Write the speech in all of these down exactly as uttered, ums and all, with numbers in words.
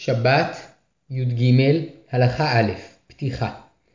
שבת, י"ג, הלכה א', פתיחה.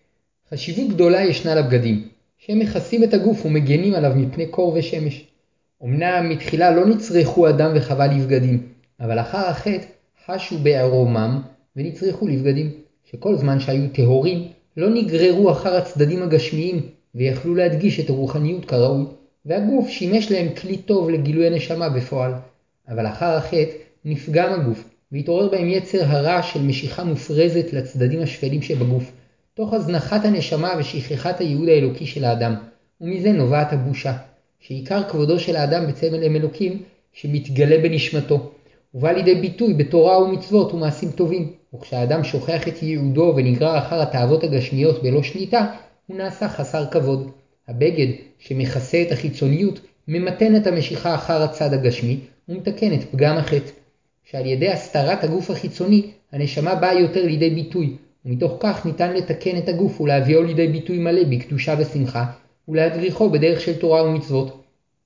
חשיבות גדולה ישנה לבגדים, שהם מכסים את הגוף ומגנים עליו מפני קור ושמש. אמנם מתחילה לא נצרכו אדם וחווה לבגדים, אבל אחר החטא חשו בערומם ונצרכו לבגדים, שכל זמן שהיו טהורים לא נגררו אחר הצדדים הגשמיים ויכלו להדגיש את הרוחניות כראוי, והגוף שימש להם כלי טוב לגילוי הנשמה בפועל. אבל אחר החטא נפגם הגוף, והתעורר בהם יצר הרע של משיכה מופרזת לצדדים השפלים שבגוף, תוך הזנחת הנשמה ושכחת הייעוד האלוקי של האדם, ומזה נובעת הבושה, שעיקר כבודו של האדם בצלם אלוקים שמתגלה בנשמתו, ובא לידי ביטוי בתורה ומצוות ומעשים טובים, וכשהאדם שוכח את ייעודו ונגרר אחר התאוות הגשמיות בלא שליטה, הוא נעשה חסר כבוד. הבגד שמכסה את החיצוניות ממתן את המשיכה אחר הצד הגשמי ומתקן את פגם החטא, שעל ידי הסתרת הגוף החיצוני הנשמה באה יותר לידי ביטוי, ומתוך כך ניתן לתקן את הגוף ולהביאו לידי ביטוי מלא בקדושה ושמחה, ולהדריכו בדרך של תורה ומצוות.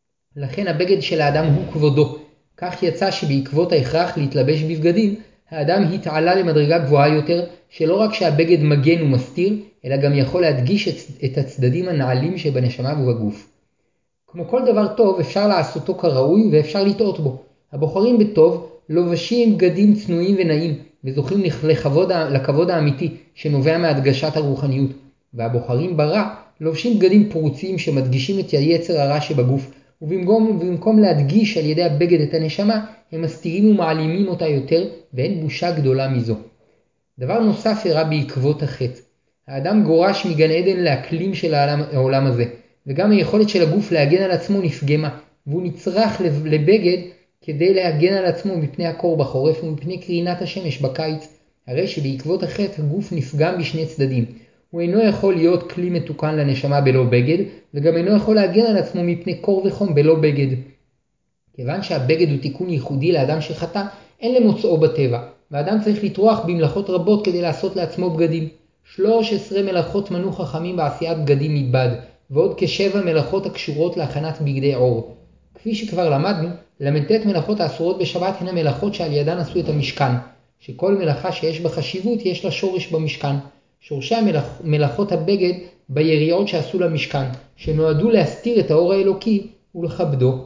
לכן הבגד של האדם הוא כבודו. כך יצא שבעקבות ההכרח להתלבש בבגדים, האדם התעלה למדרגה גבוהה יותר, שלא רק שהבגד מגן ומסתיר, אלא גם יכול להדגיש את הצדדים הנעלים שבנשמה ובגוף. כמו כל דבר טוב אפשר לעשותו כראוי ואפשר לטעות בו. הבוחרים בטוב לובשים בגדים צנועים ונעים, וזוכים לכבוד, לכבוד האמיתי שנובע מהדגשת הרוחניות. והבוחרים ברע לובשים בגדים פרוצים שמדגישים את היצר הרע שבגוף, ובמקום, ובמקום להדגיש על ידי הבגד את הנשמה, הם מסתירים ומעלימים אותה יותר, ואין בושה גדולה מזו. דבר נוסף אירע בעקבות החטא. האדם גורש מגן עדן לאקלים של העולם, העולם הזה, וגם היכולת של הגוף להגן על עצמו נפגמה, והוא נצרך לבגד כדי להגן על עצמו מפני הקור בחורף ומפני קרינת השמש בקיץ. הרי שבעקבות החטא הגוף נפגם בשני צדדים. הוא אינו יכול להיות כלי מתוקן לנשמה בלא בגד, וגם אינו יכול להגן על עצמו מפני קור וחום בלא בגד. כיוון שהבגד הוא תיקון ייחודי לאדם שחטא, אין למוצאו בטבע, והאדם צריך לטרוח במלאכות רבות כדי לעשות לעצמו בגדים. שלוש עשרה מלאכות מנו חכמים בעשיית בגדים מבד, ועוד כשבע מלאכות הקשורות להכנת בגדי עור. כפי שכבר למדנו, למ"ט מלאכות האסורות בשבת הן המלאכות שעל ידן עשו את המשכן, שכל מלאכה שיש בה חשיבות יש לה שורש במשכן. שורשי המלאכ... מלאכות הבגד ביריעות שעשו למשכן, שנועדו להסתיר את האור האלוקי ולכבדו.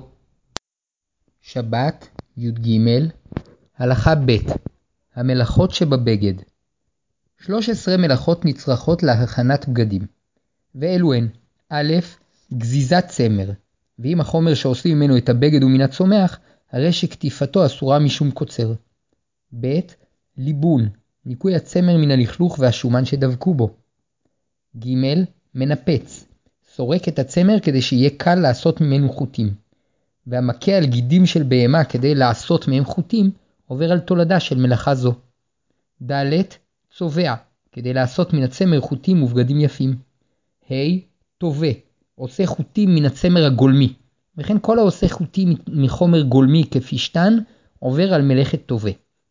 שבת, י"ג, הלכה ב', המלאכות שבבגד. שלוש עשרה מלאכות נצרכות להכנת בגדים, ואלו הן: א', גזיזת צמר, ואם החומר שעושים ממנו את הבגד הוא מן הצומח, הרי שכתיפתו אסורה משום קוצר. ב', ליבון, ניקוי הצמר מן הלכלוך והשומן שדבקו בו. ג', מנפץ, סורק את הצמר כדי שיהיה קל לעשות ממנו חוטים. והמכה על גידים של בהמה כדי לעשות מהם חוטים, עובר על תולדה של מלאכה זו. ד', צובע, כדי לעשות מן הצמר חוטים ובגדים יפים. ה', טובה, עושה חוטים מן הצמר הגולמי, וכן כל העושה חוטים מחומר גולמי כפשתן, עובר על מלאכת טובה.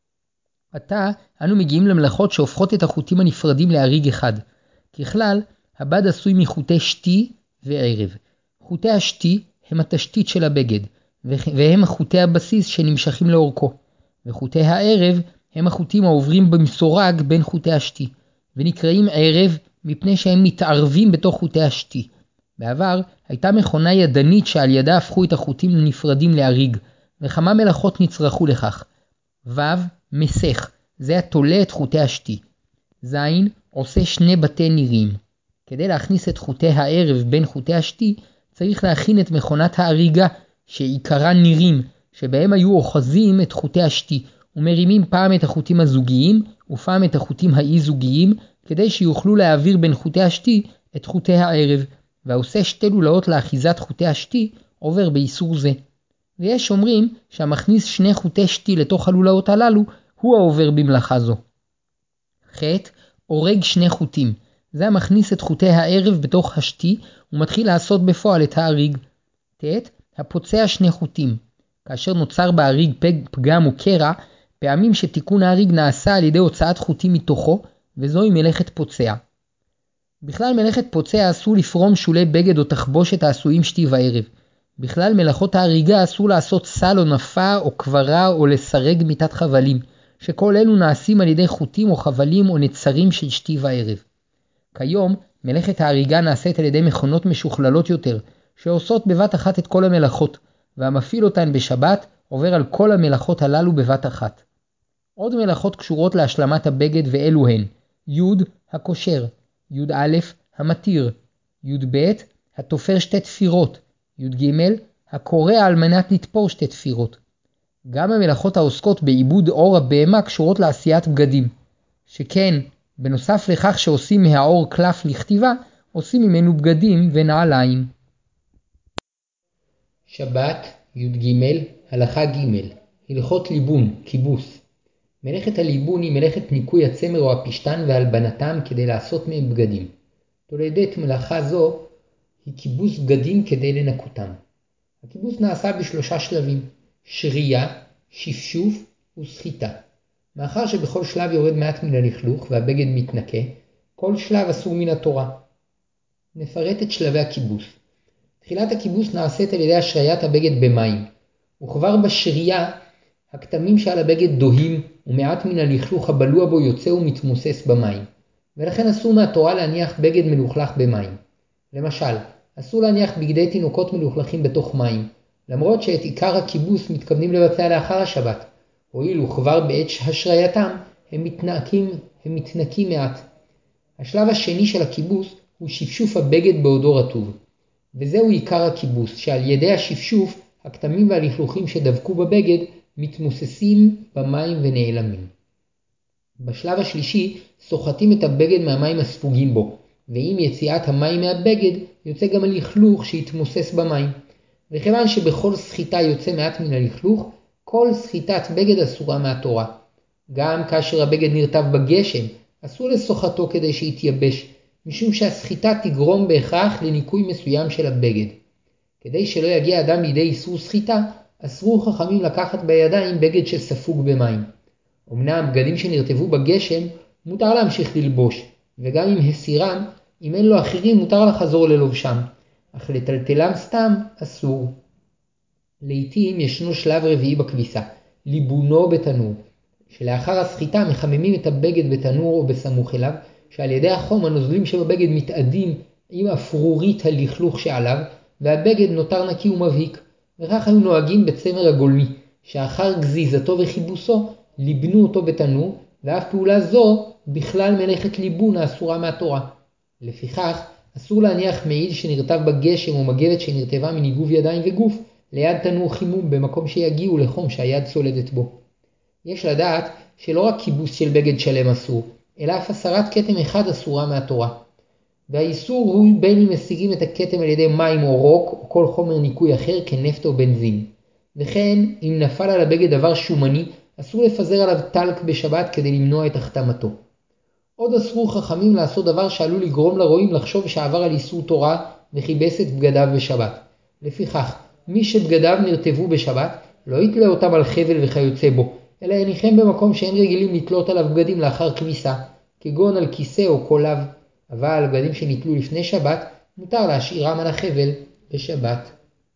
עתה אנו מגיעים למלאכות שהופכות את החוטים הנפרדים להריג אחד. ככלל, הבד עשוי מחוטי שתי וערב. חוטי השתי הם התשתית של הבגד, והם חוטי הבסיס שנמשכים לאורכו. וחוטי הערב הם החוטים העוברים במסורג בין חוטי השתי, ונקראים ערב מפני שהם מתערבים בתוך חוטי השתי. בעבר הייתה מכונה ידנית שעל ידה הפכו את החוטים הנפרדים להריג, וכמה מלאכות נצרכו לכך. ו', מסך, זה התולה את חוטי השתי. ז', עושה שני בתי נירים. כדי להכניס את חוטי הערב בין חוטי השתי, צריך להכין את מכונת האריגה, שעיקרה נירים, שבהם היו אוחזים את חוטי השתי, ומרימים פעם את החוטים הזוגיים, ופעם את החוטים האי-זוגיים, כדי שיוכלו להעביר בין חוטי השתי את חוטי הערב, והעושה שתי לולאות לאחיזת חוטי השתי, עובר באיסור זה. ויש אומרים שהמכניס שני חוטי שתי לתוך הלולאות הללו, הוא העובר במלאכה זו. ח', הורג שני חוטים. זה המכניס את חוטי הערב בתוך השתי, ומתחיל לעשות בפועל את האריג. ט', הפוצע שני חוטים. כאשר נוצר באריג פגם או קרע, פעמים שתיקון האריג נעשה על ידי הוצאת חוטים מתוכו, וזוהי מלאכת פוצע. בכלל מלאכת פוצע אסור לפרום שולי בגד או תחבושת העשויים שתי וערב. בכלל מלאכות ההריגה אסור לעשות סל או נפה או קברה או לסרג מיטת חבלים, שכל אלו נעשים על ידי חוטים או חבלים או נצרים של שתי וערב. כיום מלאכת ההריגה נעשית על ידי מכונות משוכללות יותר, שעושות בבת אחת את כל המלאכות, והמפעיל אותן בשבת עובר על כל המלאכות הללו בבת אחת. עוד מלאכות קשורות להשלמת הבגד ואלו הן: י' הקושר, י' המתיר, י' התופר שתי תפירות, י' הקורא על מנת לתפור שתי תפירות. גם המלאכות העוסקות בעיבוד עור הבהמה קשורות לעשיית בגדים, שכן בנוסף לכך שעושים מהעור קלף לכתיבה, עושים ממנו בגדים ונעליים. שבת י"ג הלכה ג' הלכות ליבון, כיבוס. מלאכת הליבון היא מלאכת ניקוי הצמר או הפשתן והלבנתם כדי לעשות מהם בגדים. תולדת מלאכה זו היא כיבוס בגדים כדי לנקותם. הכיבוס נעשה בשלושה שלבים: שרייה, שפשוף וסחיטה. מאחר שבכל שלב יורד מעט מן הלכלוך והבגד מתנקה, כל שלב אסור מן התורה. נפרט את שלבי הכיבוס. תחילת הכיבוס נעשית על ידי השריית הבגד במים, וכבר בשרייה הכתמים שעל הבגד דוהים ומעט מן הלכלוך הבלוע בו יוצא ומתמוסס במים, ולכן אסור מהתורה להניח בגד מלוכלך במים. למשל, אסור להניח בגדי תינוקות מלוכלכים בתוך מים, למרות שאת עיקר הכיבוס מתכוונים לבצע לאחר השבת, הואיל וכבר בעת השרייתם הם מתנקים, הם מתנקים מעט. השלב השני של הכיבוס הוא שפשוף הבגד בעודו רטוב, וזהו עיקר הכיבוס, שעל ידי השפשוף הכתמים והלכלוכים שדבקו בבגד מתמוססים במים ונעלמים. בשלב השלישי סוחטים את הבגד מהמים הספוגים בו, ועם יציאת המים מהבגד יוצא גם הלכלוך שהתמוסס במים. וכיוון שבכל סחיטה יוצא מעט מן הלכלוך, כל סחיטת בגד אסורה מהתורה. גם כאשר הבגד נרטב בגשם, אסור לסוחטו כדי שיתייבש, משום שהסחיטה תגרום בהכרח לניקוי מסוים של הבגד. כדי שלא יגיע אדם לידי איסור סחיטה, אסרו חכמים לקחת בידיים בגד שספוג במים. אמנם בגדים שנרטבו בגשם מותר להמשיך ללבוש, וגם עם הסירם, אם אין לו אחרים מותר לחזור ללובשם, אך לטלטלם סתם אסור. לעתים ישנו שלב רביעי בכביסה, ליבונו בתנור, שלאחר הסחיטה מחממים את הבגד בתנור או בסמוך אליו, שעל ידי החום הנוזלים שבבגד מתאדים עם אפרורית הלכלוך שעליו, והבגד נותר נקי ומבהיק. וכך היו נוהגים בצמר הגולמי, שאחר גזיזתו וחיבוסו ליבנו אותו בתנור, ואף פעולה זו בכלל מלאכת ליבון האסורה מהתורה. לפיכך אסור להניח מעיל שנרטב בגשם או מגבת שנרטבה מניגוב ידיים וגוף ליד תנור חימום במקום שיגיעו לחום שהיד סולדת בו. יש לדעת שלא רק כיבוס של בגד שלם אסור, אלא אף הסרת כתם אחד אסורה מהתורה. והאיסור הוא בין אם משיגים את הכתם על ידי מים או רוק או כל חומר ניקוי אחר כנפט או בנזין. וכן אם נפל על הבגד דבר שומני, אסור לפזר עליו טלק בשבת כדי למנוע את החתמתו. עוד אסרו חכמים לעשות דבר שעלול לגרום לרואים לחשוב שעבר על איסור תורה וכיבס את בגדיו בשבת. לפיכך, מי שבגדיו נרטבו בשבת לא יתלה אותם על חבל וכיוצא בו, אלא יניחם במקום שאין רגילים לתלות עליו בגדים לאחר כביסה, כגון על כיסא או קולב. אבל בגדים שנתלו לפני שבת מותר להשאירם על החבל בשבת.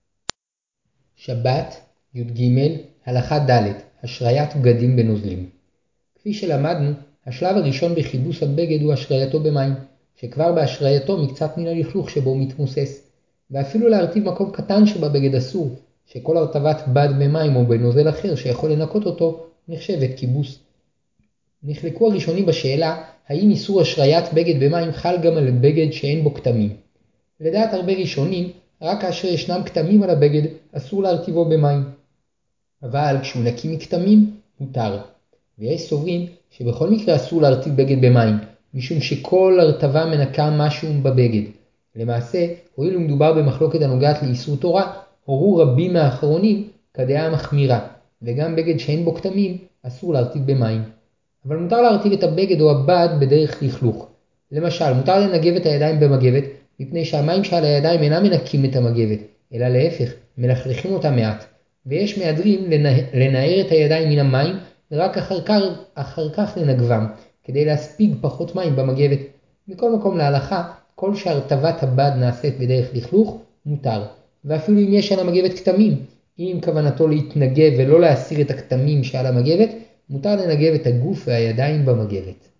שבת י"ג הלכה ד' השריית בגדים בנוזלים. כפי שלמדנו, השלב הראשון בכיבוס הבגד הוא השרייתו במים, שכבר בהשרייתו מקצת מן הלכלוך שבו מתמוסס, ואפילו להרטיב מקום קטן שבבגד אסור, שכל הרטבת בד במים או בנוזל אחר שיכול לנקות אותו נחשבת כיבוס. נחלקו הראשונים בשאלה האם איסור השריית בגד במים חל גם על בגד שאין בו כתמים. לדעת הרבה ראשונים, רק כאשר ישנם כתמים על הבגד אסור להרטיבו במים. אבל כשהוא נקי מכתמים, מותר. ויש סוברים שבכל מקרה אסור להרטיב בגד במים, משום שכל הרטבה מנקה משהו בבגד. למעשה, הואיל ומדובר במחלוקת הנוגעת לאיסור תורה, הורו רבים מהאחרונים כדעה המחמירה, וגם בגד שאין בו כתמים אסור להרטיב במים. אבל מותר להרטיב את הבגד או הבד בדרך לכלוך. למשל, מותר לנגב את הידיים במגבת, מפני שהמים שעל הידיים אינם מנקים את המגבת, אלא להפך, מלכלכים אותה מעט. ויש מהדרים לנער את הידיים מן המים, ורק אחר כך, אחר כך לנגבם, כדי להספיג פחות מים במגבת. מכל מקום להלכה, כל שהרטבת הבד נעשית בדרך לכלוך, מותר. ואפילו אם יש על המגבת כתמים, אם כוונתו להתנגב ולא להסיר את הכתמים שעל המגבת, מותר לנגב את הגוף והידיים במגבת.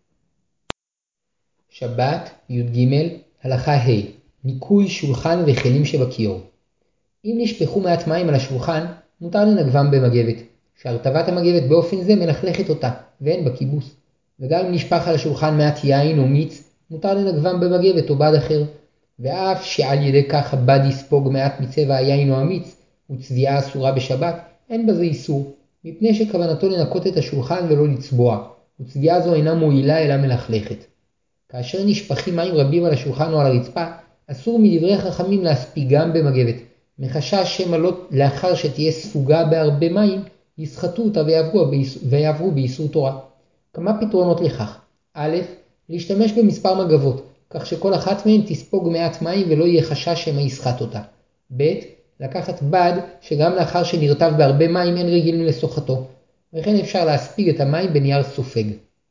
שבת י"ג הלכה ה' ניקוי שולחן וכלים שבכיור. אם נשפכו מעט מים על השולחן, מותר לנגבם במגבת, שהרטבת המגבת באופן זה מלכלכת אותה, ואין בה כיבוס. וגם אם נשפך על השולחן מעט יין או מיץ, מותר לנגבם במגבת או בד אחר. ואף שעל ידי כך הבד יספוג מעט מצבע היין או המיץ, וצביעה אסורה בשבת, אין בזה איסור, מפני שכוונתו לנקות את השולחן ולא לצבוע, וצביעה זו אינה מועילה אלא מלכלכת. כאשר נשפכים מים רבים על השולחן או על הרצפה, אסור מדברי חכמים להספיגם במגבת, מחשש שמא לא לאחר שתהיה ספוגה בהרבה מים, יסחטו אותה ויעברו, ויעברו באיסור תורה. כמה פתרונות לכך. א', להשתמש במספר מגבות, כך שכל אחת מהן תספוג מעט מים ולא יהיה חשש שמא יסחט אותה. ב', לקחת בד שגם לאחר שנרטב בהרבה מים אין רגילים לסוחתו, וכן אפשר להספיג את המים בנייר סופג.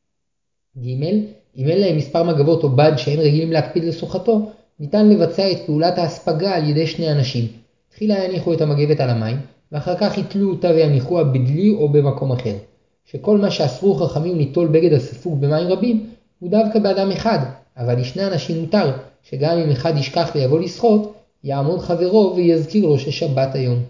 ג', אם אין להם מספר מגבות או בד שאין רגילים להקפיד לסוחתו, ניתן לבצע את פעולת ההספגה על ידי שני אנשים. תחילה יניחו את המגבת על המים, ואחר כך יתלו אותה ויניחוה בדלי או במקום אחר. שכל מה שאסרו חכמים ליטול בגד הספוג במים רבים, הוא דווקא באדם אחד, אבל לשני אנשים מותר, שגם אם אחד ישכח ויבוא לשחות, יעמוד חברו ויזכיר לו ששבת היום.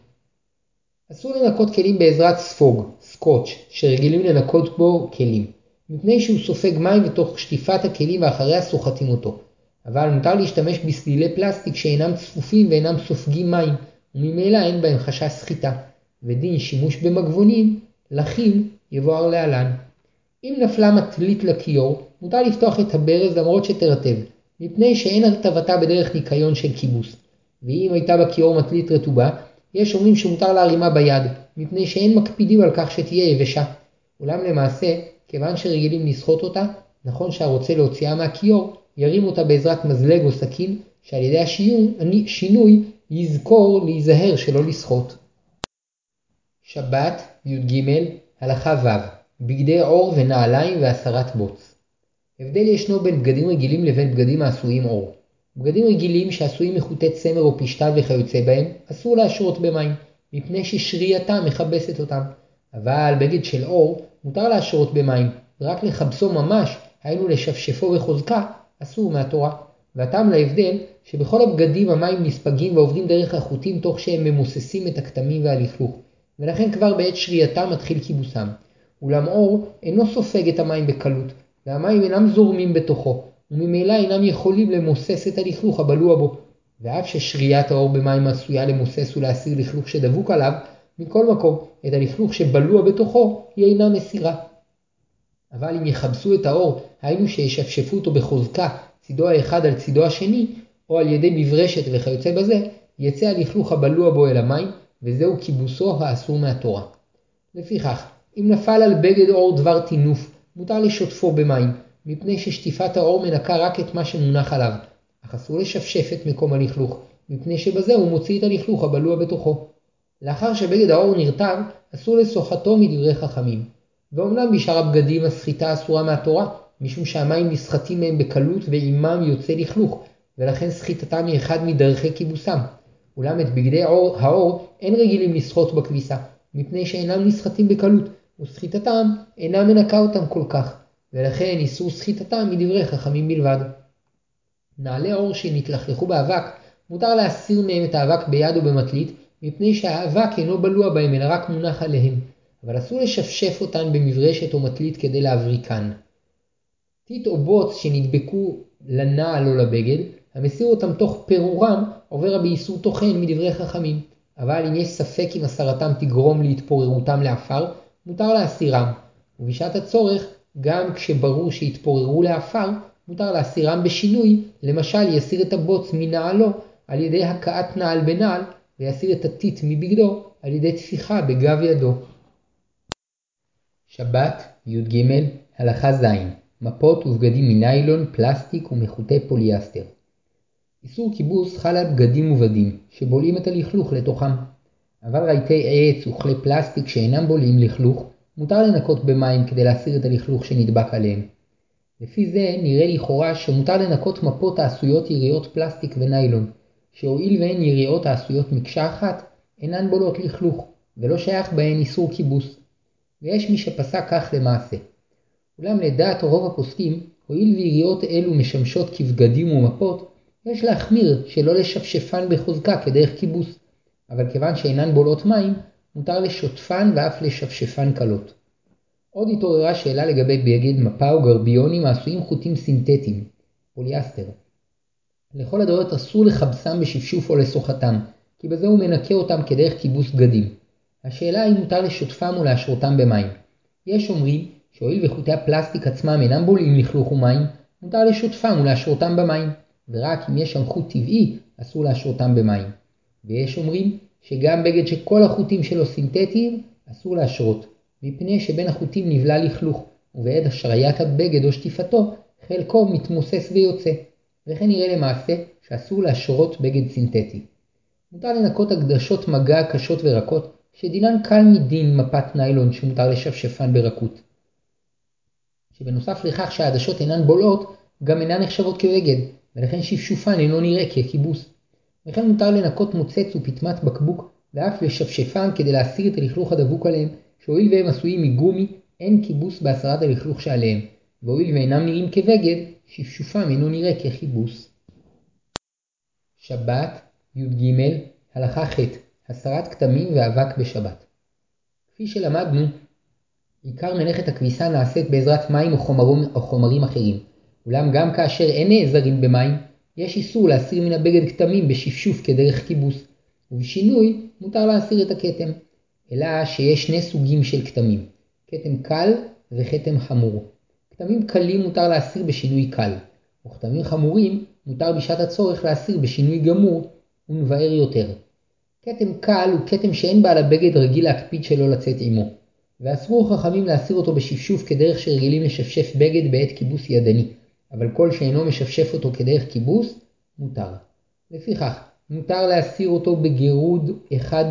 אסור לנקות כלים בעזרת ספוג, סקוץ', שרגילים לנקות בו כלים, מפני שהוא סופג מים ותוך שטיפת הכלים ואחריה סוחטים אותו. אבל מותר להשתמש בסלילי פלסטיק שאינם צפופים ואינם סופגים מים, וממילא אין בהם חשש סחיטה, ודין שימוש במגבונים, לחים, יבואר להלן. אם נפלה מטלית לכיור, מותר לפתוח את הברז למרות שתרטב, מפני שאין הרטבתה בדרך ניקיון של כיבוס. ואם הייתה בכיור מטלית רטובה, יש אומרים שמותר להרימה ביד, מפני שאין מקפידים על כך שתהיה יבשה. אולם למעשה, כיוון שרגילים לסחוט אותה, נכון שהרוצה להוציאה מהכיור, ירים אותה בעזרת מזלג או סכין, שעל ידי השינוי יזכור להיזהר שלא לסחוט. שבת י"ג הלכה ו' בגדי עור ונעליים והסרת בוץ. הבדל ישנו בין בגדים רגילים לבין בגדים העשויים עור. בגדים רגילים שעשויים מחוטי צמר או פשטן וכיוצא בהם, אסור להשרות במים, מפני ששרייתם מכבסת אותם. אבל בגד של עור מותר להשרות במים, רק לחבסו ממש, היינו לשפשפו בחוזקה, אסור מהתורה. והטעם להבדל שבכל הבגדים המים נספגים ועוברים דרך החוטים תוך שהם ממוססים את הכתמים והלכלוך, ולכן כבר בעת שרייתם מתחיל כיבוסם. אולם עור אינו סופג את המים בקלות, והמים אינם זורמים בתוכו, וממילא אינם יכולים למוסס את הלכלוך הבלוע בו. ואף ששריית העור במים עשויה למוסס ולהסיר לכלוך שדבוק עליו, מכל מקום את הלכלוך שבלוע בתוכו היא אינה מסירה. אבל אם יחבסו את העור, היינו שישפשפו אותו בחוזקה, צידו האחד על צידו השני, או על ידי מברשת וכיוצא בזה, יצא הלכלוך הבלוע בו אל המים, וזהו כיבוסו האסור מהתורה. לפיכך, אם נפל על בגד עור דבר טינוף, מותר לשוטפו במים, מפני ששטיפת העור מנקה רק את מה שמונח עליו, אך אסור לשפשף את מקום הלכלוך, מפני שבזה הוא מוציא את הלכלוך הבלוע בתוכו. לאחר שבגד העור נרטב, אסור לסוחתו מדברי חכמים. ואומנם בשאר הבגדים הסחיטה אסורה מהתורה, משום שהמים נסחטים מהם בקלות ועימם יוצא לכלוך, ולכן סחיטתם היא אחד מדרכי כיבוסם. אולם את בגדי העור, העור אין רגילים לסחוט בכביסה, מפני שאינם נסחטים בקלות, וסחיטתם אינה מנקה אותם כל כך, ולכן איסור סחיטתם מדברי חכמים בלבד. נעלי עור שנתלכלכו באבק, מותר להסיר מהם את האבק ביד או במטלית, מפני שהאבק אינו בלוע בהם אלא רק מונח עליהם, אבל אסור לשפשף אותן במברשת או מטלית כדי להבריקן. טיט או בוץ שנדבקו לנעל או לבגד, המסיר אותם תוך פירורם עובר באיסור תוכן מדברי חכמים, אבל אם יש ספק אם הסרתם תגרום להתפוררותם לעפר, מותר להסירם, ובשעת הצורך, גם כשברור שהתפוררו לעפר, מותר להסירם בשינוי, למשל יסיר את הבוץ מנעלו על ידי הקעת נעל בנעל, ויסיר את הטיט מבגדו על ידי תפיחה בגב ידו. שבת י"ג הלכה ז' מפות ובגדים מניילון, פלסטיק ומחוטי פוליאסטר. איסור כיבוס חל על בגדים ובדים שבולעים את הלכלוך לתוכם, אבל רהיטי עץ וכלי פלסטיק שאינם בולעים לכלוך מותר לנקות במים כדי להסיר את הלכלוך שנדבק עליהם. לפי זה נראה לכאורה שמותר לנקות מפות העשויות יריעות פלסטיק וניילון, שהואיל והן יריעות העשויות מקשה אחת, אינן בולעות לכלוך ולא שייך בהן איסור כיבוס. ויש מי שפסק כך למעשה. אולם לדעת רוב הפוסקים, הואיל ויריעות אלו משמשות כבגדים ומפות, יש להחמיר שלא לשפשפן בחוזקה כדרך כיבוס, אבל כיוון שאינן בולעות מים, מותר לשוטפן ואף לשפשפן קלות. עוד התעוררה שאלה לגבי בגד, מפה או גרביונים העשויים חוטים סינתטיים, פוליאסטר. לכל הדעות אסור לחבסם בשפשוף או לשוחתם, כי בזה הוא מנקה אותם כדרך כיבוס בגדים. השאלה היא מותר לשוטפם או להשרותם במים. יש אומרים שהואיל וחוטי הפלסטיק עצמם אינם בולעים לכלוך ומים, מותר לשוטפם ולהשרותם במים, ורק אם יש שם חוט טבעי אסור להשרותם במים. ויש אומרים שגם בגד שכל החוטים שלו סינתטיים אסור להשרות, מפני שבין החוטים נבלע לכלוך, ובעת השריית הבגד או שטיפתו חלקו מתמוסס ויוצא, וכן נראה למעשה שאסור להשרות בגד סינתטי. מותר לנקות הקדשות מגע קשות ורקות, שדינן קל מדין מפת ניילון שמותר לשפשפן ברקות. שבנוסף לכך שהעדשות אינן בולעות, גם אינן נחשבות כבגד, ולכן שפשופן אינו נראה ככיבוס. וכן מותר לנקות מוצץ ופטמת בקבוק, ואף לשפשפן כדי להסיר את הלכלוך הדבוק עליהם, שהואיל והם עשויים מגומי, אין כיבוס בהסרת הלכלוך שעליהם, והואיל ואינם נראים כבגד, שפשופם אינו נראה ככיבוס. שבת, י"ג, הלכה ח' הסרת כתמים ואבק בשבת. כפי שלמדנו, עיקר מלאכת הכביסה נעשית בעזרת מים או חומרים, או חומרים אחרים. אולם גם כאשר אין נעזרים במים, יש איסור להסיר מן הבגד כתמים בשפשוף כדרך כיבוס, ובשינוי מותר להסיר את הכתם. אלא שיש שני סוגים של כתמים, כתם קל וכתם חמור. כתמים קלים מותר להסיר בשינוי קל, וכתמים חמורים מותר בשעת הצורך להסיר בשינוי גמור ונבער יותר. כתם קל הוא כתם שאין בעל הבגד רגיל להקפיד שלא לצאת עמו, ואסרו חכמים להסיר אותו בשפשוף כדרך שרגילים לשפשף בגד בעת כיבוס ידני, אבל כל שאינו משפשף אותו כדרך כיבוס מותר. לפיכך מותר להסיר אותו בגירוד אחד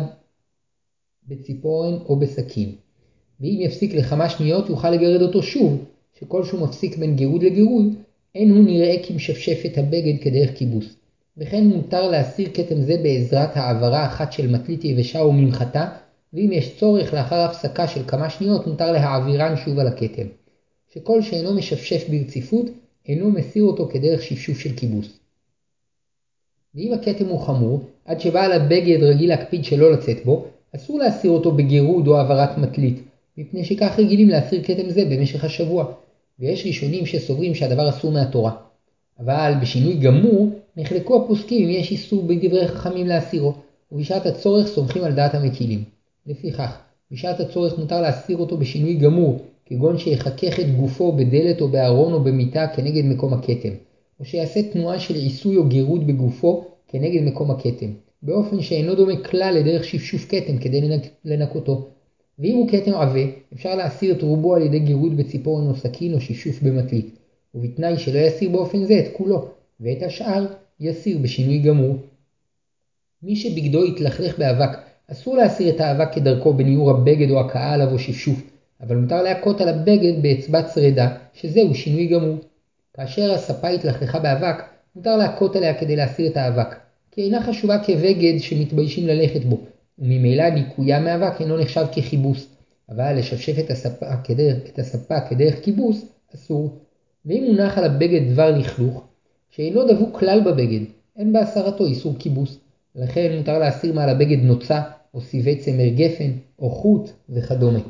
בציפורן או בסכין, ואם יפסיק לכמה שניות יוכל לגרד אותו שוב, שכל שהוא מפסיק בין גירוד לגירוד אין הוא נראה כמשפשף את הבגד כדרך כיבוס. וכן מותר להסיר כתם זה בעזרת העברה אחת של מטלית יבשה או ממחטה, ואם יש צורך לאחר הפסקה של כמה שניות מותר להעבירן שוב על הכתם, שכל שאינו משפשף ברציפות אינו מסיר אותו כדרך שפשוף של כיבוס. ואם הכתם הוא חמור, עד שבעל הבגד רגיל להקפיד שלא לצאת בו, אסור להסיר אותו בגירוד או העברת מטלית, מפני שכך רגילים להסיר כתם זה במשך השבוע, ויש ראשונים שסוברים שהדבר אסור מהתורה. אבל בשינוי גמור נחלקו הפוסקים אם יש איסור בדברי חכמים להסירו, ובשעת הצורך סומכים על דעת המקילים. לפיכך, בשעת הצורך מותר להסיר אותו בשינוי גמור, כגון שיחכך את גופו בדלת או בארון או במיטה כנגד מקום הכתם, או שיעשה תנועה של עיסוי או גירוד בגופו כנגד מקום הכתם, באופן שאינו דומה כלל לדרך שפשוף כתם כדי לנקותו. ואם הוא כתם עבה, אפשר להסיר את רובו על ידי גירוד בציפורן או סכין או שפשוף במטלית, ובתנאי שלא יסיר באופן זה את כולו, ואת השאר יסיר בשינוי גמור. מי שבגדו יתלכלך באבק, אסור להסיר את האבק כדרכו בניעור הבגד או הקאה עליו או שפשוף, אבל מותר להכות על הבגד באצבע צרדה, שזהו שינוי גמור. כאשר הספה התלכלכה באבק, מותר להכות עליה כדי להסיר את האבק, כי אינה חשובה כבגד שמתביישים ללכת בו, וממילא ניקויה מאבק אינו נחשב ככיבוס, אבל לשפשף את הספה כדרך, את הספה כדרך כיבוס אסור. ואם מונח על הבגד דבר לכלוך, שאינו דבוק כלל בבגד, אין בהסרתו איסור כיבוס, לכן מותר להסיר מעל הבגד נוצה, או סיבי צמר גפן, או חוט וכדומה.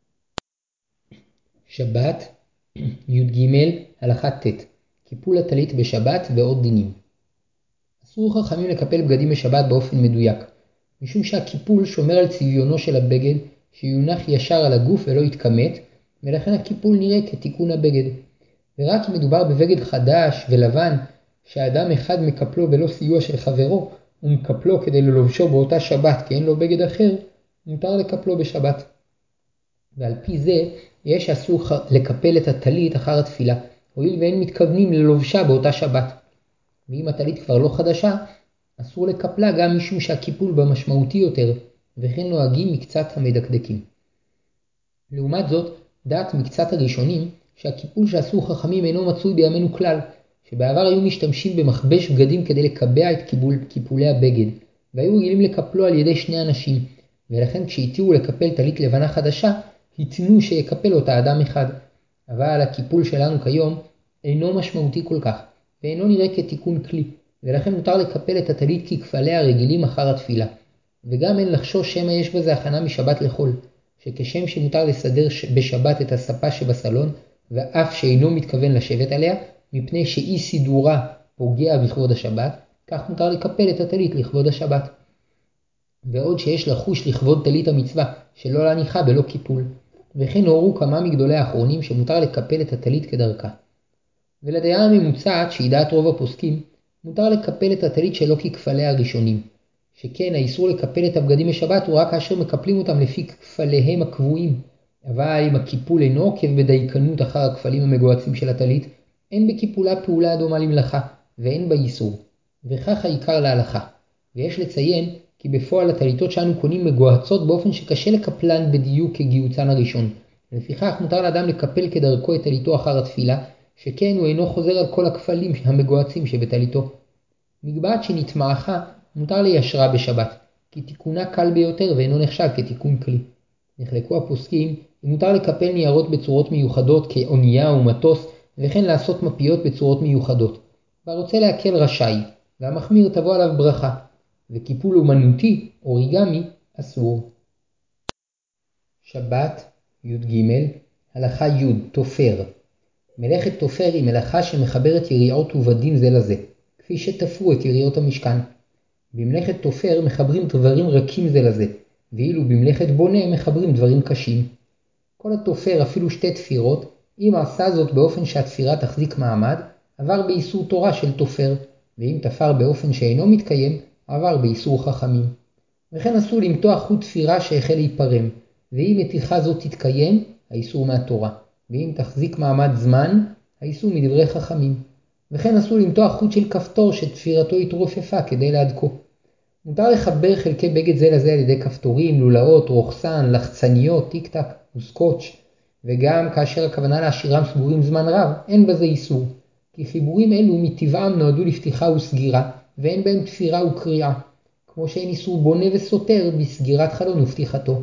שבת, י"ג, הלכה ט' קיפול הטלית בשבת ועוד דינים. אסור חכמים לקפל בגדים בשבת באופן מדויק, משום שהקיפול שומר על צביונו של הבגד שיונח ישר על הגוף ולא יתכמת, ולכן הקיפול נראה כתיקון הבגד. ורק אם מדובר בבגד חדש ולבן שהאדם אחד מקפלו בלא סיוע של חברו, ומקפלו כדי ללובשו באותה שבת כי אין לו בגד אחר, מותר לקפלו בשבת. ועל פי זה יש אסור לקפל את הטלית אחר התפילה, הואיל ואין מתכוונים ללובשה באותה שבת. ואם הטלית כבר לא חדשה, אסור לקפלה גם משום שהקיפול בה משמעותי יותר, וכן נוהגים מקצת המדקדקים. לעומת זאת, דעת מקצת הראשונים שהקיפול שעשו חכמים אינו מצוי בימינו כלל, שבעבר היו משתמשים במכבש בגדים כדי לקבע את קיפול, קיפולי הבגד, והיו רגילים לקפלו על ידי שני אנשים, ולכן כשהתירו לקפל טלית לבנה חדשה, התנו שיקפל אותה אדם אחד. אבל הקיפול שלנו כיום אינו משמעותי כל כך, ואינו נראה כתיקון כלי, ולכן מותר לקפל את הטלית ככפליה הרגילים אחר התפילה. וגם אין לחשוש שמא יש בזה הכנה משבת לחול, שכשם שמותר לסדר בשבת את הספה שבסלון, ואף שאינו מתכוון לשבת עליה, מפני שאי סידורה פוגע בכבוד השבת, כך מותר לקפל את הטלית לכבוד השבת. ועוד שיש לחוש לכבוד טלית המצווה, שלא להניחה בלא קיפול. וכן הורו כמה מגדולי האחרונים שמותר לקפל את הטלית כדרכה. ולדעה הממוצעת, שהיא דעת רוב הפוסקים, מותר לקפל את הטלית שלא ככפליה הראשונים. שכן האיסור לקפל את הבגדים בשבת הוא רק כאשר מקפלים אותם לפי כפליהם הקבועים. אבל אם הקיפול אינו עוקב בדייקנות אחר הכפלים המגועצים של הטלית, אין בקיפולה פעולה דומה למלאכה, ואין בה איסור. וכך העיקר להלכה. ויש לציין כי בפועל הטליתות שאנו קונים מגועצות באופן שקשה לקפלן בדיוק כגיוצן הראשון. לפיכך מותר לאדם לקפל כדרכו את טליתו אחר התפילה, שכן הוא אינו חוזר על כל הכפלים המגועצים שבטליתו. מגבעת שנטמעכה מותר ליישרה בשבת, כי תיקונה קל ביותר ואינו נחשב כתיקון כלי. נחלקו הפוסקים אם מותר לקפל ניירות בצורות מיוחדות כאונייה ומטוס, וכן לעשות מפיות בצורות מיוחדות. והרוצה להקל רשאי, והמחמיר תבוא עליו ברכה. וקיפול אומנותי, אוריגמי, אסור. שבת, י"ג, הלכה י' תופר. מלאכת תופר היא מלאכה שמחברת יריעות ובדים זה לזה, כפי שתפרו את יריעות המשכן. במלאכת תופר מחברים דברים רכים זה לזה, ואילו במלאכת בונה מחברים דברים קשים. כל התופר, אפילו שתי תפירות, אם עשה זאת באופן שהתפירה תחזיק מעמד, עבר באיסור תורה של תופר, ואם תפר באופן שאינו מתקיים, עבר באיסור חכמים. וכן אסור למתוח חוט תפירה שהחל להיפרם, ואם מתיחה זאת תתקיים, האיסור מהתורה, ואם תחזיק מעמד זמן, האיסור מדברי חכמים. וכן אסור למתוח חוט של כפתור שתפירתו התרופפה כדי להדקו. מותר לחבר חלקי בגד זה לזה על ידי כפתורים, לולאות, רוחסן, לחצניות, טיק טק וסקוץ', וגם כאשר הכוונה להשאירם סגורים זמן רב, אין בזה איסור. כי חיבורים אלו מטבעם נועדו לפתיחה וסגירה, ואין בהם תפירה וקריאה, כמו שאין איסור בונה וסותר בסגירת חלון ופתיחתו.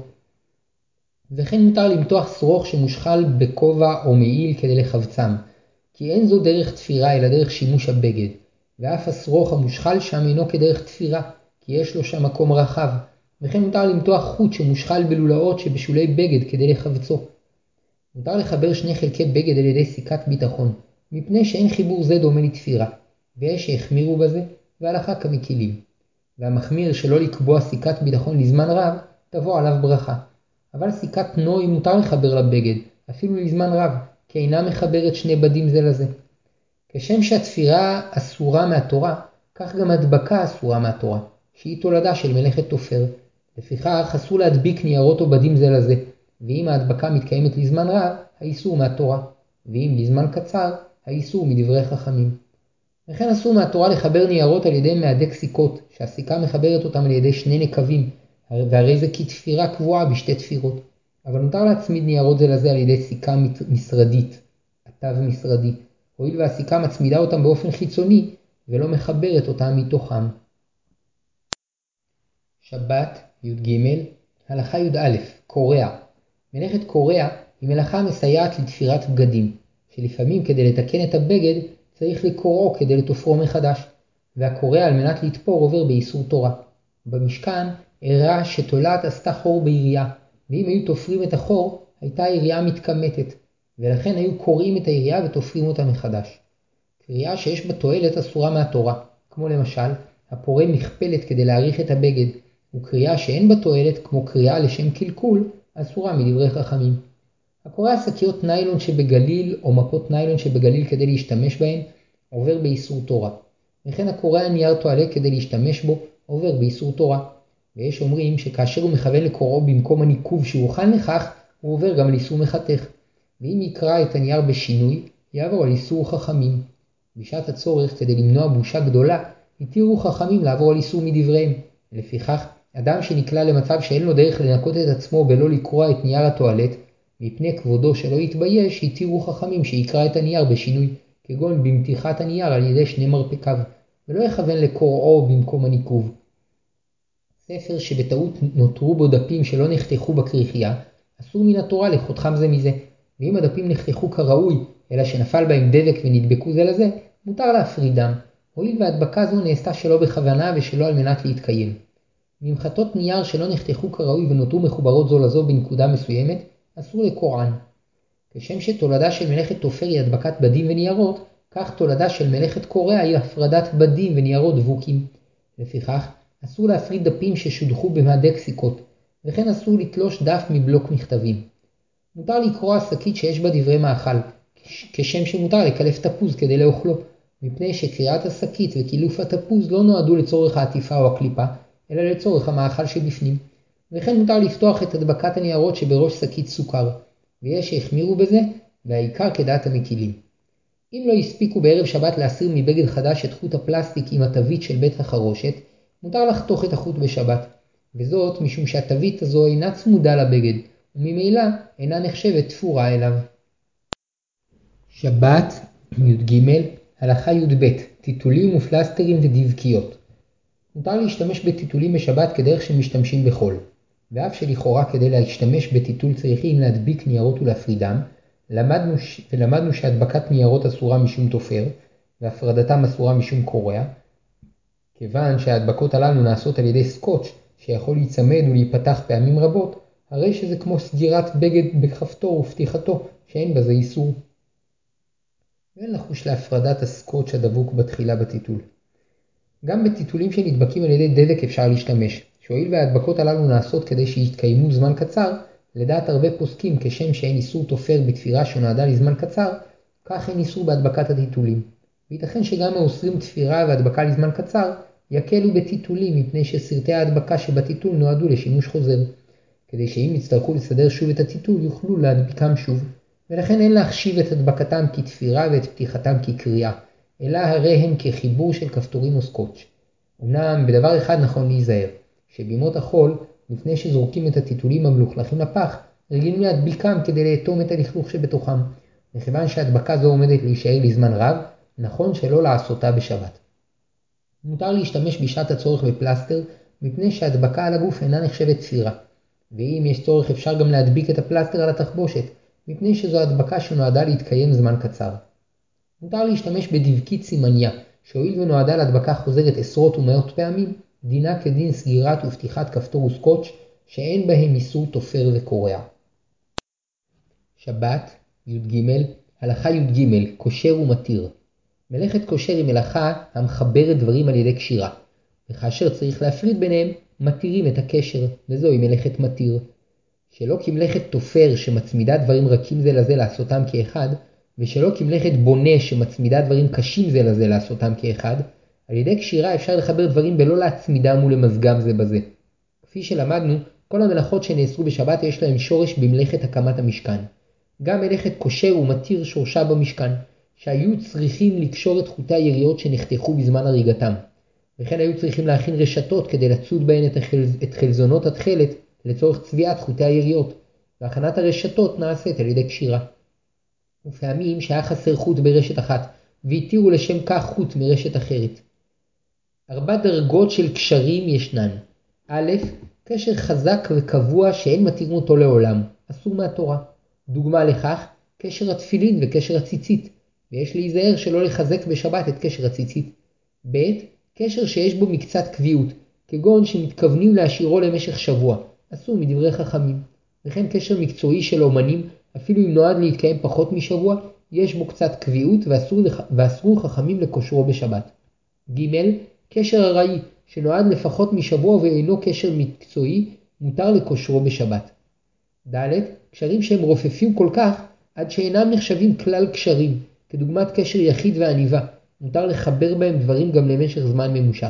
וכן מותר למתוח שרוך שמושחל בכובע או מעיל כדי לחבצם, כי אין זו דרך תפירה אלא דרך שימוש הבגד, ואף השרוך המושחל שם אינו כדרך תפירה, כי יש לו שם מקום רחב. וכן מותר למתוח חוט שמושחל בלולאות שבשולי בגד כדי לחבצו. מותר לחבר שני חלקי בגד על ידי סיכת ביטחון, מפני שאין חיבור זה דומה לתפירה, ויש שהחמירו בזה, והלכה כמקילים. והמחמיר שלא לקבוע סיכת ביטחון לזמן רב, תבוא עליו ברכה. אבל סיכת נוי מותר לחבר לבגד, אפילו לזמן רב, כי אינה מחברת שני בדים זה לזה. כשם שהתפירה אסורה מהתורה, כך גם הדבקה אסורה מהתורה, שהיא תולדה של מלאכת תופר. לפיכך אסור להדביק ניירות או בדים זה לזה, ואם ההדבקה מתקיימת לזמן רב, האיסור מהתורה, ואם לזמן קצר, האיסור מדברי חכמים. וכן אסור מהתורה לחבר ניירות על ידי מהדק סיכות, שהסיכה מחברת אותם על ידי שני נקבים, והרי זה כתפירה קבועה בשתי תפירות. אבל מותר להצמיד ניירות זה לזה על ידי סיכה משרדית, התו משרדי, הואיל והסיכה מצמידה אותם באופן חיצוני, ולא מחברת אותם מתוכם. שבת, י"ג, הלכה י"א, קורע. מלאכת קורע היא מלאכה מסייעת לתפירת בגדים, שלפעמים כדי לתקן את הבגד צריך לקורעו כדי לתופרו מחדש, והקורע על מנת לתפור עובר באיסור תורה. במשכן הראה שתולעת עשתה חור ביריעה, ואם היו תופרים את החור, הייתה היריעה מתקמטת, ולכן היו קורעים את היריעה ותופרים אותה מחדש. קריאה שיש בה תועלת אסורה מהתורה, כמו למשל, הפורה מכפלת כדי להאריך את הבגד, וקריאה שאין בה תועלת, כמו קריאה לשם קלקול, אסורה מדברי חכמים. הקורע שקיות ניילון שבגליל או מפות ניילון שבגליל כדי להשתמש בהן, עובר באיסור תורה. וכן הקורע נייר טואלט כדי להשתמש בו, עובר באיסור תורה. ויש אומרים שכאשר הוא מכוון לקוראו במקום הניקוב שהוכן לכך, הוא עובר גם על איסור מחתך. ואם יקרא את הנייר בשינוי, יעבור על איסור חכמים. בשעת הצורך, כדי למנוע בושה גדולה, התירו חכמים לעבור על איסור מדבריהם. לפיכך, אדם שנקלע למצב שאין לו דרך לנקות את עצמו בלא לקרוע את נייר הטואלט, מפני כבודו שלא יתבייש, התירו חכמים שיקרא את הנייר בשינוי, כגון במתיחת הנייר על ידי שני מרפקיו, ולא יכוון לקוראו במקום הניקוב. ספר שבטעות נותרו בו דפים שלא נחתכו בכריכייה, אסור מן התורה לחותכם זה מזה, ואם הדפים נחתכו כראוי, אלא שנפל בהם דבק ונדבקו זה לזה, מותר להפרידם, הואיל והדבקה זו נעשתה שלא בכוונה ושלא על מנת להתקיים. ממחטות נייר שלא נחתכו כראוי ונותרו מחוברות זו לזו בנקודה מסוימת, אסור לקורען. כשם שתולדה של מלאכת תופר היא הדבקת בדים וניירות, כך תולדה של מלאכת קורע היא הפרדת בדים וניירות דבוקים. לפיכך, אסור להפריד דפים ששודחו במהדק סיכות, וכן אסור לתלוש דף מבלוק מכתבים. מותר לקרוע שקית שיש בה דברי מאכל, כשם שמותר לקלף תפוז כדי לאוכלו, מפני שקריעת השקית וקילוף התפוז לא נועדו לצורך העטיפה או הקליפה, אלא לצורך המאכל שבפנים. וכן מותר לפתוח את הדבקת הניירות שבראש שקית סוכר, ויש שהחמירו בזה, והעיקר כדעת המקילים. אם לא הספיקו בערב שבת להסיר מבגד חדש את חוט הפלסטיק עם התווית של בית החרושת, מותר לחתוך את החוט בשבת, וזאת משום שהתווית הזו אינה צמודה לבגד, וממילא אינה נחשבת תפורה אליו. שבת י"ג הלכה י"ב טיטולים ופלסטרים ודבקיות. מותר להשתמש בטיטולים בשבת כדרך שמשתמשים בחול, ואף שלכאורה כדי להשתמש בטיטול צריכים להדביק ניירות ולהפרידם, למדנו ש... ולמדנו שהדבקת ניירות אסורה משום תופר, והפרדתם אסורה משום קורע, כיוון שההדבקות הללו נעשות על ידי סקוץ' שיכול להיצמד ולהיפתח פעמים רבות, הרי שזה כמו סגירת בגד בכפתור ופתיחתו, שאין בזה איסור. ואין לחוש להפרדת הסקוץ' הדבוק בתחילה בטיטול. גם בטיטולים שנדבקים על ידי דבק אפשר להשתמש, שהואיל וההדבקות הללו נעשות כדי שיתקיימו זמן קצר, לדעת הרבה פוסקים כשם שאין איסור תופר בתפירה שנועדה לזמן קצר, כך אין איסור בהדבקת הטיטולים. וייתכן שגם האוסרים תפירה והדבקה לזמן קצר, יקלו בטיטולים מפני שסרטי ההדבקה שבטיטול נועדו לשימוש חוזר, כדי שאם יצטרכו לסדר שוב את הטיטול יוכלו להדביקם שוב, ולכן אין להחשיב את הדבקתם כתפירה ואת פתיחתם כקריאה, אלא הרי הם כחיבור של כפתורים או סקוץ'. אמנם בדבר אחד נכון להיזהר, שבימות החול, לפני שזורקים את הטיטולים המלוכלכים לפח, רגילים להדביקם כדי לאטום את הלכלוך שבתוכם, מכיוון שההדבקה זו עומדת להישאר לזמן רב, נכון שלא לעשותה בשבת. מותר להשתמש בשעת הצורך בפלסטר, מפני שההדבקה על הגוף אינה נחשבת תפירה, ואם יש צורך אפשר גם להדביק את הפלסטר על התחבושת, מפני שזו הדבקה שנועדה להתקיים זמן קצר. מותר להשתמש בדבקית סימניה, שהואיל ונועדה להדבקה חוזרת עשרות ומאות פעמים, דינה כדין סגירת ופתיחת כפתור וסקוץ' שאין בהם איסור תופר וקורע. שבת י"ג הלכה י"ג קושר ומתיר. מלאכת קושר היא מלאכה המחברת דברים על ידי קשירה, וכאשר צריך להפריד ביניהם מתירים את הקשר, וזוהי מלאכת מתיר. שלא כמלאכת תופר שמצמידה דברים רכים זה לזה לעשותם כאחד, ושלא כמלאכת בונה שמצמידה דברים קשים זה לזה לעשותם כאחד, על ידי קשירה אפשר לחבר דברים בלא להצמידם ולמזגם זה בזה. כפי שלמדנו, כל המלאכות שנאסרו בשבת יש להם שורש במלאכת הקמת המשכן. גם מלאכת קושר ומתיר שורשה במשכן, שהיו צריכים לקשור את חוטי היריות שנחתכו בזמן הריגתם. וכן היו צריכים להכין רשתות כדי לצוד בהן את, החל... את חלזונות התכלת לצורך צביעת חוטי היריות, והכנת הרשתות נעשית על ידי קשירה. ופעמים שהיה חסר חוט ברשת אחת, והתירו לשם כך חוט מרשת אחרת. ארבע דרגות של קשרים ישנן. א', קשר חזק וקבוע שאין מתירים אותו לעולם, אסור מהתורה. דוגמה לכך, קשר התפילין וקשר הציצית, ויש להיזהר שלא לחזק בשבת את קשר הציצית. ב', קשר שיש בו מקצת קביעות, כגון שמתכוונים להשאירו למשך שבוע, אסור מדברי חכמים. וכן קשר מקצועי של אומנים, אפילו אם נועד להתקיים פחות משבוע, יש בו קצת קביעות ואסור, ואסרו חכמים לקושרו בשבת. ג', קשר ארעי, שנועד לפחות משבוע ואינו קשר מקצועי, מותר לקושרו בשבת. ד', קשרים שהם רופפים כל כך, עד שאינם נחשבים כלל קשרים, כדוגמת קשר יחיד ועניבה, מותר לחבר בהם דברים גם למשך זמן ממושך.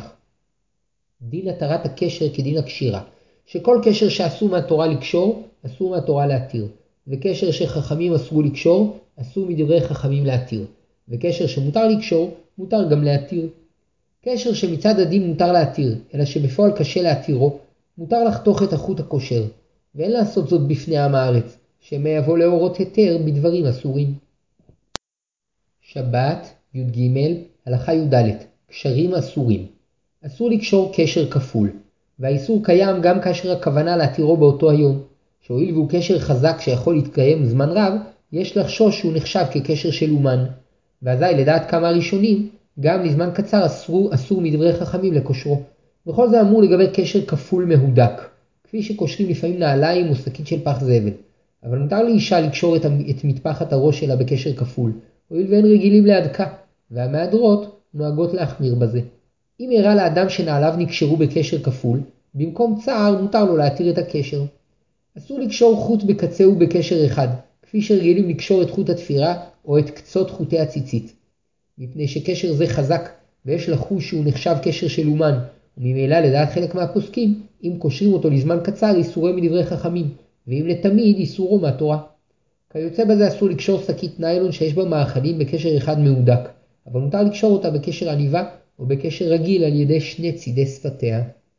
דין התרת הקשר כדין הקשירה, שכל קשר שאסור מהתורה לקשור, אסור מהתורה להתיר, וקשר שחכמים אסרו לקשור, אסור מדברי חכמים להתיר, וקשר שמותר לקשור, מותר גם להתיר. קשר שמצד הדין מותר להתיר, אלא שבפועל קשה להתירו, מותר לחתוך את החוט הקושר, ואין לעשות זאת בפני עם הארץ, שמא יבוא לאורות היתר בדברים אסורים. שבת י"ג הלכה י"ד קשרים אסורים. אסור לקשור קשר כפול, והאיסור קיים גם כאשר הכוונה להתירו באותו היום, שהואיל והוא קשר חזק שיכול להתקיים זמן רב, יש לחשוש שהוא נחשב כקשר של אומן. ואזי לדעת כמה ראשונים, גם לזמן קצר אסור, אסור מדברי חכמים לקושרו. בכל זה אמור לגבי קשר כפול מהודק, כפי שקושרים לפעמים נעליים או שקית של פח זבל. אבל מותר לאישה לקשור את, את מטפחת הראש שלה בקשר כפול, הואיל והן רגילים להדקה, והמהדרות נוהגות להחמיר בזה. אם הראה לאדם שנעליו נקשרו בקשר כפול, במקום צער מותר לו להתיר את הקשר. אסור לקשור חוט בקצהו בקשר אחד, כפי שרגילים לקשור את חוט התפירה או את קצות חוטי הציצית. מפני שקשר זה חזק ויש לחוש שהוא נחשב קשר של אומן, וממילא לדעת חלק מהפוסקים, אם קושרים אותו לזמן קצר איסורי מדברי חכמים, ואם לתמיד איסורו מהתורה. כיוצא בזה אסור לקשור שקית ניילון שיש בה מאכלים בקשר אחד מהודק, אבל מותר לקשור אותה בקשר עניבה או בקשר רגיל על ידי שני צידי שפתיה.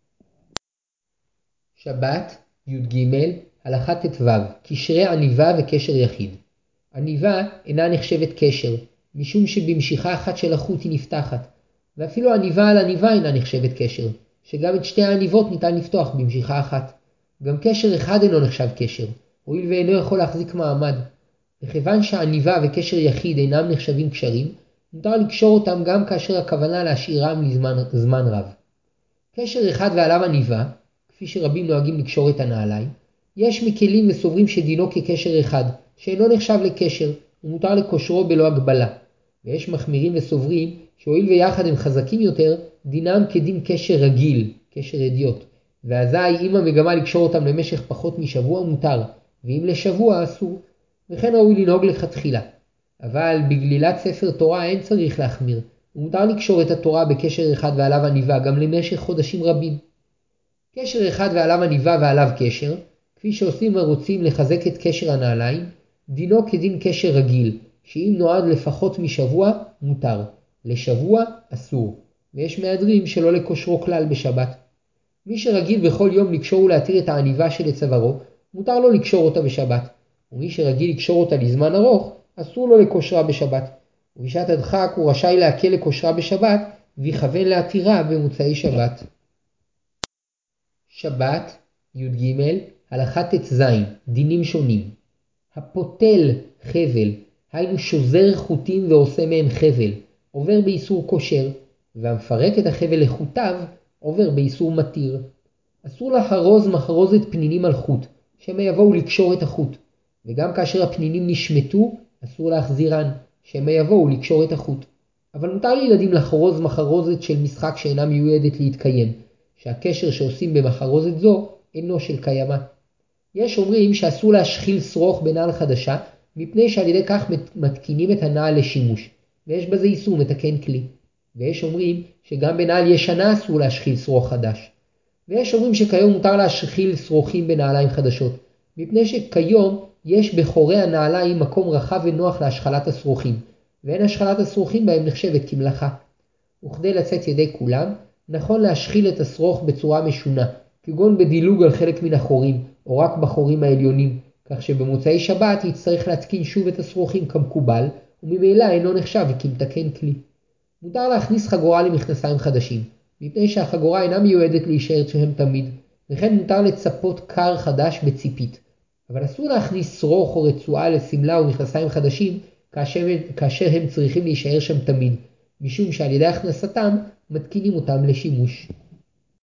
שבת י"ג הלכה ט"ו קשרי עניבה וקשר יחיד. עניבה אינה נחשבת קשר, משום שבמשיכה אחת של החוט היא נפתחת, ואפילו עניבה על עניבה אינה נחשבת קשר, שגם את שתי העניבות ניתן לפתוח במשיכה אחת. גם קשר אחד אינו נחשב קשר, הואיל ואינו יכול להחזיק מעמד. וכיוון שעניבה וקשר יחיד אינם נחשבים קשרים, מותר לקשור אותם גם כאשר הכוונה להשאירם לזמן זמן רב. קשר אחד ועליו עניבה, כפי שרבים נוהגים לקשור את הנעליים, יש מקלים וסוברים שדינו כקשר אחד, שאינו נחשב לקשר, ומותר לקושרו בלא הגבלה. ויש מחמירים וסוברים שהואיל ויחד הם חזקים יותר, דינם כדין קשר רגיל, קשר אדיוט. ואזי אם המגמה לקשור אותם למשך פחות משבוע מותר, ואם לשבוע אסור. וכן ראוי לנהוג לכתחילה. אבל בגלילת ספר תורה אין צריך להחמיר, ומותר לקשור את התורה בקשר אחד ועליו עניבה גם למשך חודשים רבים. קשר אחד ועליו עניבה ועליו קשר, כפי שעושים הרוצים לחזק את קשר הנעליים, דינו כדין קשר רגיל, שאם נועד לפחות משבוע מותר, לשבוע אסור, ויש מהדרים שלא לקושרו כלל בשבת. מי שרגיל בכל יום לקשור ולהתיר את העניבה של צווארו, מותר לו לקשור אותה בשבת, ומי שרגיל לקשור אותה לזמן ארוך, אסור לו לקושרה בשבת. ובשעת הדחק הוא רשאי להקל לקושרה בשבת, ויכוון להתירה במוצאי שבת. שבת י"ג הלכה ט"ז דינים שונים. הפותל חבל, היינו שוזר חוטים ועושה מהם חבל, עובר באיסור קושר, והמפרק את החבל לחוטיו עובר באיסור מתיר. אסור לחרוז מחרוזת פנינים על חוט, שמא יבואו לקשור את החוט, וגם כאשר הפנינים נשמטו אסור להחזירן, שמא יבואו לקשור את החוט. אבל מותר לילדים לחרוז מחרוזת של משחק שאינה מיועדת להתקיים, שהקשר שעושים במחרוזת זו אינו של קיימה. יש אומרים שאסור להשחיל שרוך בנעל חדשה, מפני שעל ידי כך מתקינים את הנעל לשימוש, ויש בזה איסור מתקן כלי. ויש אומרים שגם בנעל ישנה אסור להשחיל שרוך חדש. ויש אומרים שכיום מותר להשחיל שרוכים בנעליים חדשות, מפני שכיום יש בחורי הנעליים מקום רחב ונוח להשחלת השרוכים, ואין השחלת השרוכים בהם נחשבת כמלאכה. וכדי לצאת ידי כולם, נכון להשחיל את השרוך בצורה משונה, כגון בדילוג על חלק מן החורים, או רק בחורים העליונים, כך שבמוצאי שבת יצטרך להתקין שוב את השרוכים כמקובל, וממילא אינו נחשב כמתקן כלי. מותר להכניס חגורה למכנסיים חדשים, מפני שהחגורה אינה מיועדת להישאר שהם תמיד, וכן מותר לצפות קר חדש בציפית. אבל אסור להכניס שרוך או רצועה לסמלה ומכנסיים חדשים כאשר, כאשר הם צריכים להישאר שם תמיד, משום שעל ידי הכנסתם מתקינים אותם לשימוש.